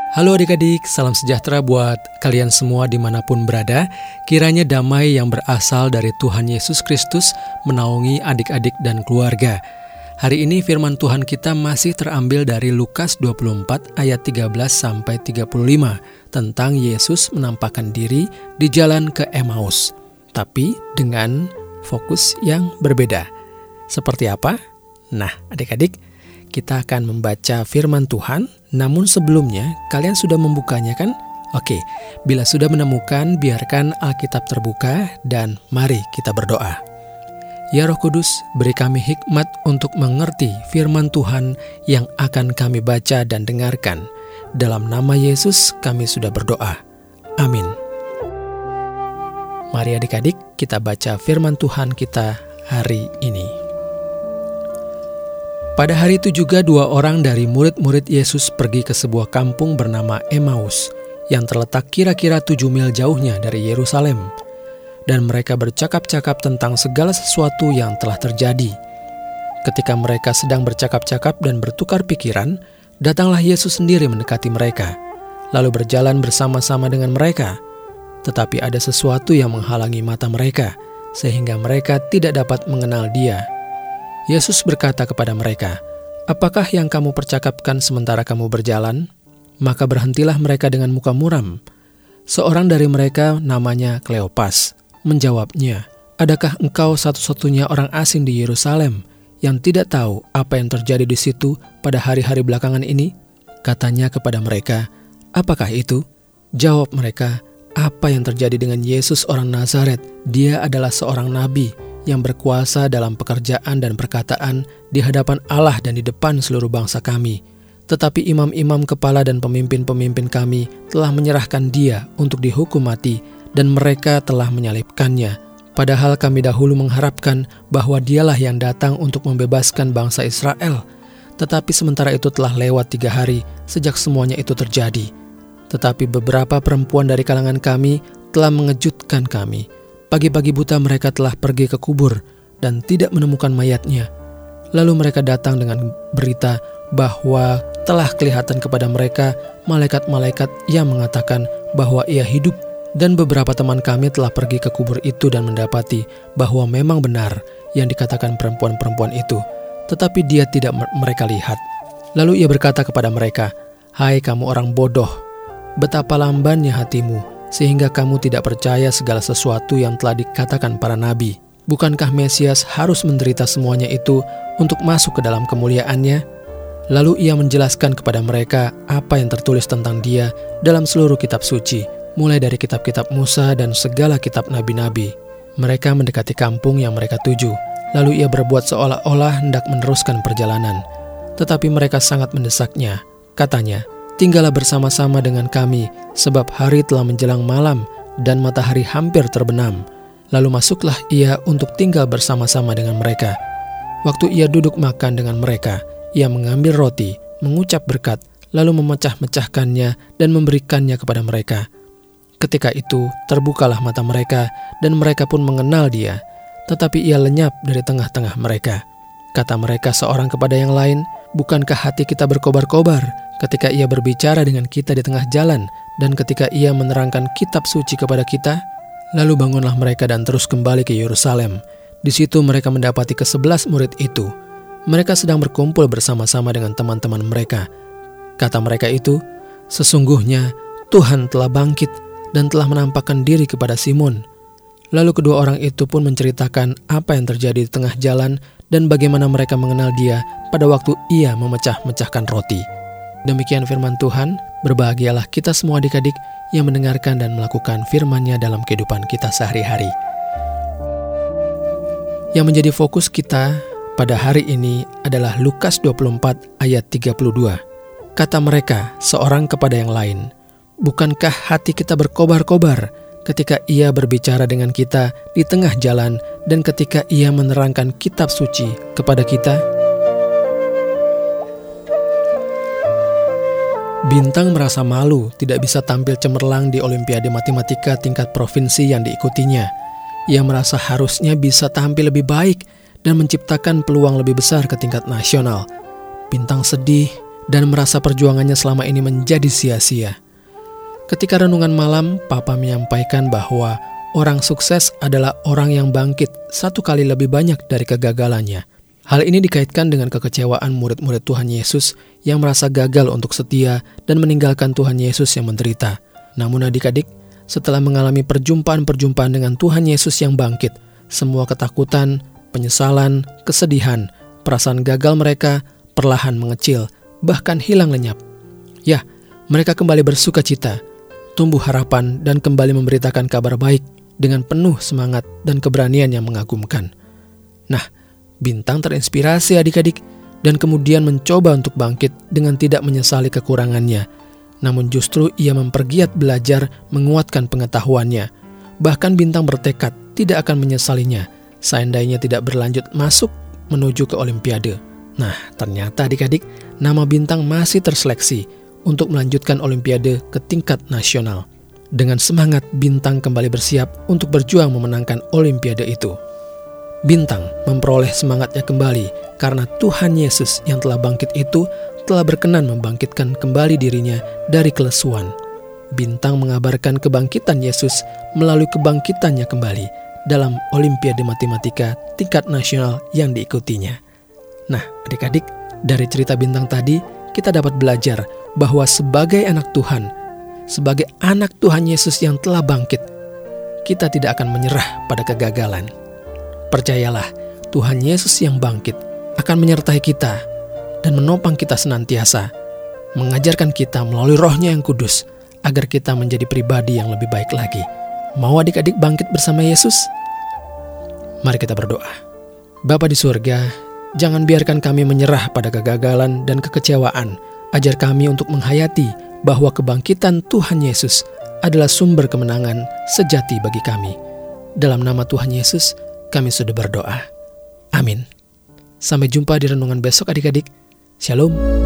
Halo adik-adik, salam sejahtera buat kalian semua dimanapun berada. Kiranya damai yang berasal dari Tuhan Yesus Kristus menaungi adik-adik dan keluarga. Hari ini firman Tuhan kita masih terambil dari Lukas 24 ayat 13-35 tentang Yesus menampakkan diri di jalan ke Emmaus, tapi dengan fokus yang berbeda. Seperti apa? Nah, adik-adik, kita akan membaca firman Tuhan, namun sebelumnya kalian sudah membukanya kan? Oke, bila sudah menemukan, biarkan Alkitab terbuka dan mari kita berdoa. Ya Roh Kudus, beri kami hikmat untuk mengerti firman Tuhan yang akan kami baca dan dengarkan. Dalam nama Yesus kami sudah berdoa. Amin. Mari adik-adik kita baca firman Tuhan kita hari ini. Pada hari itu juga 2 orang dari murid-murid Yesus pergi ke sebuah kampung bernama Emmaus yang terletak kira-kira 7 mil jauhnya dari Yerusalem. Dan mereka bercakap-cakap tentang segala sesuatu yang telah terjadi. Ketika mereka sedang bercakap-cakap dan bertukar pikiran, datanglah Yesus sendiri mendekati mereka, lalu berjalan bersama-sama dengan mereka. Tetapi ada sesuatu yang menghalangi mata mereka, sehingga mereka tidak dapat mengenal Dia. Yesus berkata kepada mereka, "Apakah yang kamu percakapkan sementara kamu berjalan?" Maka berhentilah mereka dengan muka muram. Seorang dari mereka namanya Kleopas menjawabnya, "Adakah engkau satu-satunya orang asing di Yerusalem yang tidak tahu apa yang terjadi di situ pada hari-hari belakangan ini?" Katanya kepada mereka, "Apakah itu?" Jawab mereka, "Apa yang terjadi dengan Yesus orang Nazaret? Dia adalah seorang nabi yang berkuasa dalam pekerjaan dan perkataan di hadapan Allah dan di depan seluruh bangsa kami. Tetapi imam-imam kepala dan pemimpin-pemimpin kami telah menyerahkan Dia untuk dihukum mati, dan mereka telah menyalibkannya. Padahal kami dahulu mengharapkan bahwa Dialah yang datang untuk membebaskan bangsa Israel. Tetapi sementara itu telah lewat 3 hari sejak semuanya itu terjadi. Tetapi beberapa perempuan dari kalangan kami telah mengejutkan kami. Pagi-pagi buta mereka telah pergi ke kubur dan tidak menemukan mayatnya. Lalu mereka datang dengan berita bahwa telah kelihatan kepada mereka malaikat-malaikat yang mengatakan bahwa Ia hidup. Dan beberapa teman kami telah pergi ke kubur itu dan mendapati bahwa memang benar yang dikatakan perempuan-perempuan itu, tetapi Dia tidak mereka lihat. Lalu Ia berkata kepada mereka, "Hai kamu orang bodoh, betapa lambannya hatimu, sehingga kamu tidak percaya segala sesuatu yang telah dikatakan para nabi. Bukankah Mesias harus menderita semuanya itu untuk masuk ke dalam kemuliaannya?" Lalu Ia menjelaskan kepada mereka apa yang tertulis tentang Dia dalam seluruh kitab suci, mulai dari kitab-kitab Musa dan segala kitab nabi-nabi. Mereka mendekati kampung yang mereka tuju, lalu Ia berbuat seolah-olah hendak meneruskan perjalanan. Tetapi mereka sangat mendesaknya. Katanya, "Tinggallah bersama-sama dengan kami, sebab hari telah menjelang malam dan matahari hampir terbenam." Lalu masuklah Ia untuk tinggal bersama-sama dengan mereka. Waktu Ia duduk makan dengan mereka, Ia mengambil roti, mengucap berkat, lalu memecah-mecahkannya dan memberikannya kepada mereka. Ketika itu terbukalah mata mereka dan mereka pun mengenal Dia, tetapi Ia lenyap dari tengah-tengah mereka. Kata mereka seorang kepada yang lain, "Bukankah hati kita berkobar-kobar ketika Ia berbicara dengan kita di tengah jalan dan ketika Ia menerangkan kitab suci kepada kita?" Lalu bangunlah mereka dan terus kembali ke Yerusalem. Di situ mereka mendapati ke-11 murid itu. Mereka sedang berkumpul bersama-sama dengan teman-teman mereka. Kata mereka itu, "Sesungguhnya Tuhan telah bangkit dan telah menampakkan diri kepada Simon." Lalu kedua orang itu pun menceritakan apa yang terjadi di tengah jalan dan bagaimana mereka mengenal Dia pada waktu Ia memecah-mecahkan roti. Demikian firman Tuhan. Berbahagialah kita semua adik-adik yang mendengarkan dan melakukan firman-Nya dalam kehidupan kita sehari-hari. Yang menjadi fokus kita pada hari ini adalah Lukas 24 ayat 32. Kata mereka seorang kepada yang lain, "Bukankah hati kita berkobar-kobar ketika Ia berbicara dengan kita di tengah jalan dan ketika Ia menerangkan kitab suci kepada kita?" Bintang merasa malu tidak bisa tampil cemerlang di Olimpiade Matematika tingkat provinsi yang diikutinya. Ia merasa harusnya bisa tampil lebih baik dan menciptakan peluang lebih besar ke tingkat nasional. Bintang sedih dan merasa perjuangannya selama ini menjadi sia-sia. Ketika renungan malam, Papa menyampaikan bahwa orang sukses adalah orang yang bangkit 1 kali lebih banyak dari kegagalannya. Hal ini dikaitkan dengan kekecewaan murid-murid Tuhan Yesus yang merasa gagal untuk setia dan meninggalkan Tuhan Yesus yang menderita. Namun adik-adik, setelah mengalami perjumpaan-perjumpaan dengan Tuhan Yesus yang bangkit, semua ketakutan, penyesalan, kesedihan, perasaan gagal mereka perlahan mengecil, bahkan hilang lenyap. Ya, mereka kembali bersuka cita, tumbuh harapan, dan kembali memberitakan kabar baik dengan penuh semangat dan keberanian yang mengagumkan. Nah, Bintang terinspirasi adik-adik dan kemudian mencoba untuk bangkit dengan tidak menyesali kekurangannya. Namun justru ia mempergiat belajar menguatkan pengetahuannya. Bahkan Bintang bertekad tidak akan menyesalinya seandainya tidak berlanjut masuk menuju ke Olimpiade. Nah, ternyata adik-adik, nama Bintang masih terseleksi untuk melanjutkan Olimpiade ke tingkat nasional. Dengan semangat, Bintang kembali bersiap untuk berjuang memenangkan Olimpiade itu. Bintang memperoleh semangatnya kembali karena Tuhan Yesus yang telah bangkit itu telah berkenan membangkitkan kembali dirinya dari kelesuan. Bintang mengabarkan kebangkitan Yesus melalui kebangkitannya kembali dalam Olimpiade Matematika tingkat nasional yang diikutinya. Nah, adik-adik, dari cerita Bintang tadi, kita dapat belajar bahwa sebagai anak Tuhan, sebagai anak Tuhan Yesus yang telah bangkit, kita tidak akan menyerah pada kegagalan. Percayalah, Tuhan Yesus yang bangkit akan menyertai kita dan menopang kita senantiasa, mengajarkan kita melalui Roh-Nya yang kudus agar kita menjadi pribadi yang lebih baik lagi. Mau adik-adik bangkit bersama Yesus? Mari kita berdoa. Bapa di surga, jangan biarkan kami menyerah pada kegagalan dan kekecewaan. Ajar kami untuk menghayati bahwa kebangkitan Tuhan Yesus adalah sumber kemenangan sejati bagi kami. Dalam nama Tuhan Yesus, kami sudah berdoa. Amin. Sampai jumpa di renungan besok adik-adik. Shalom.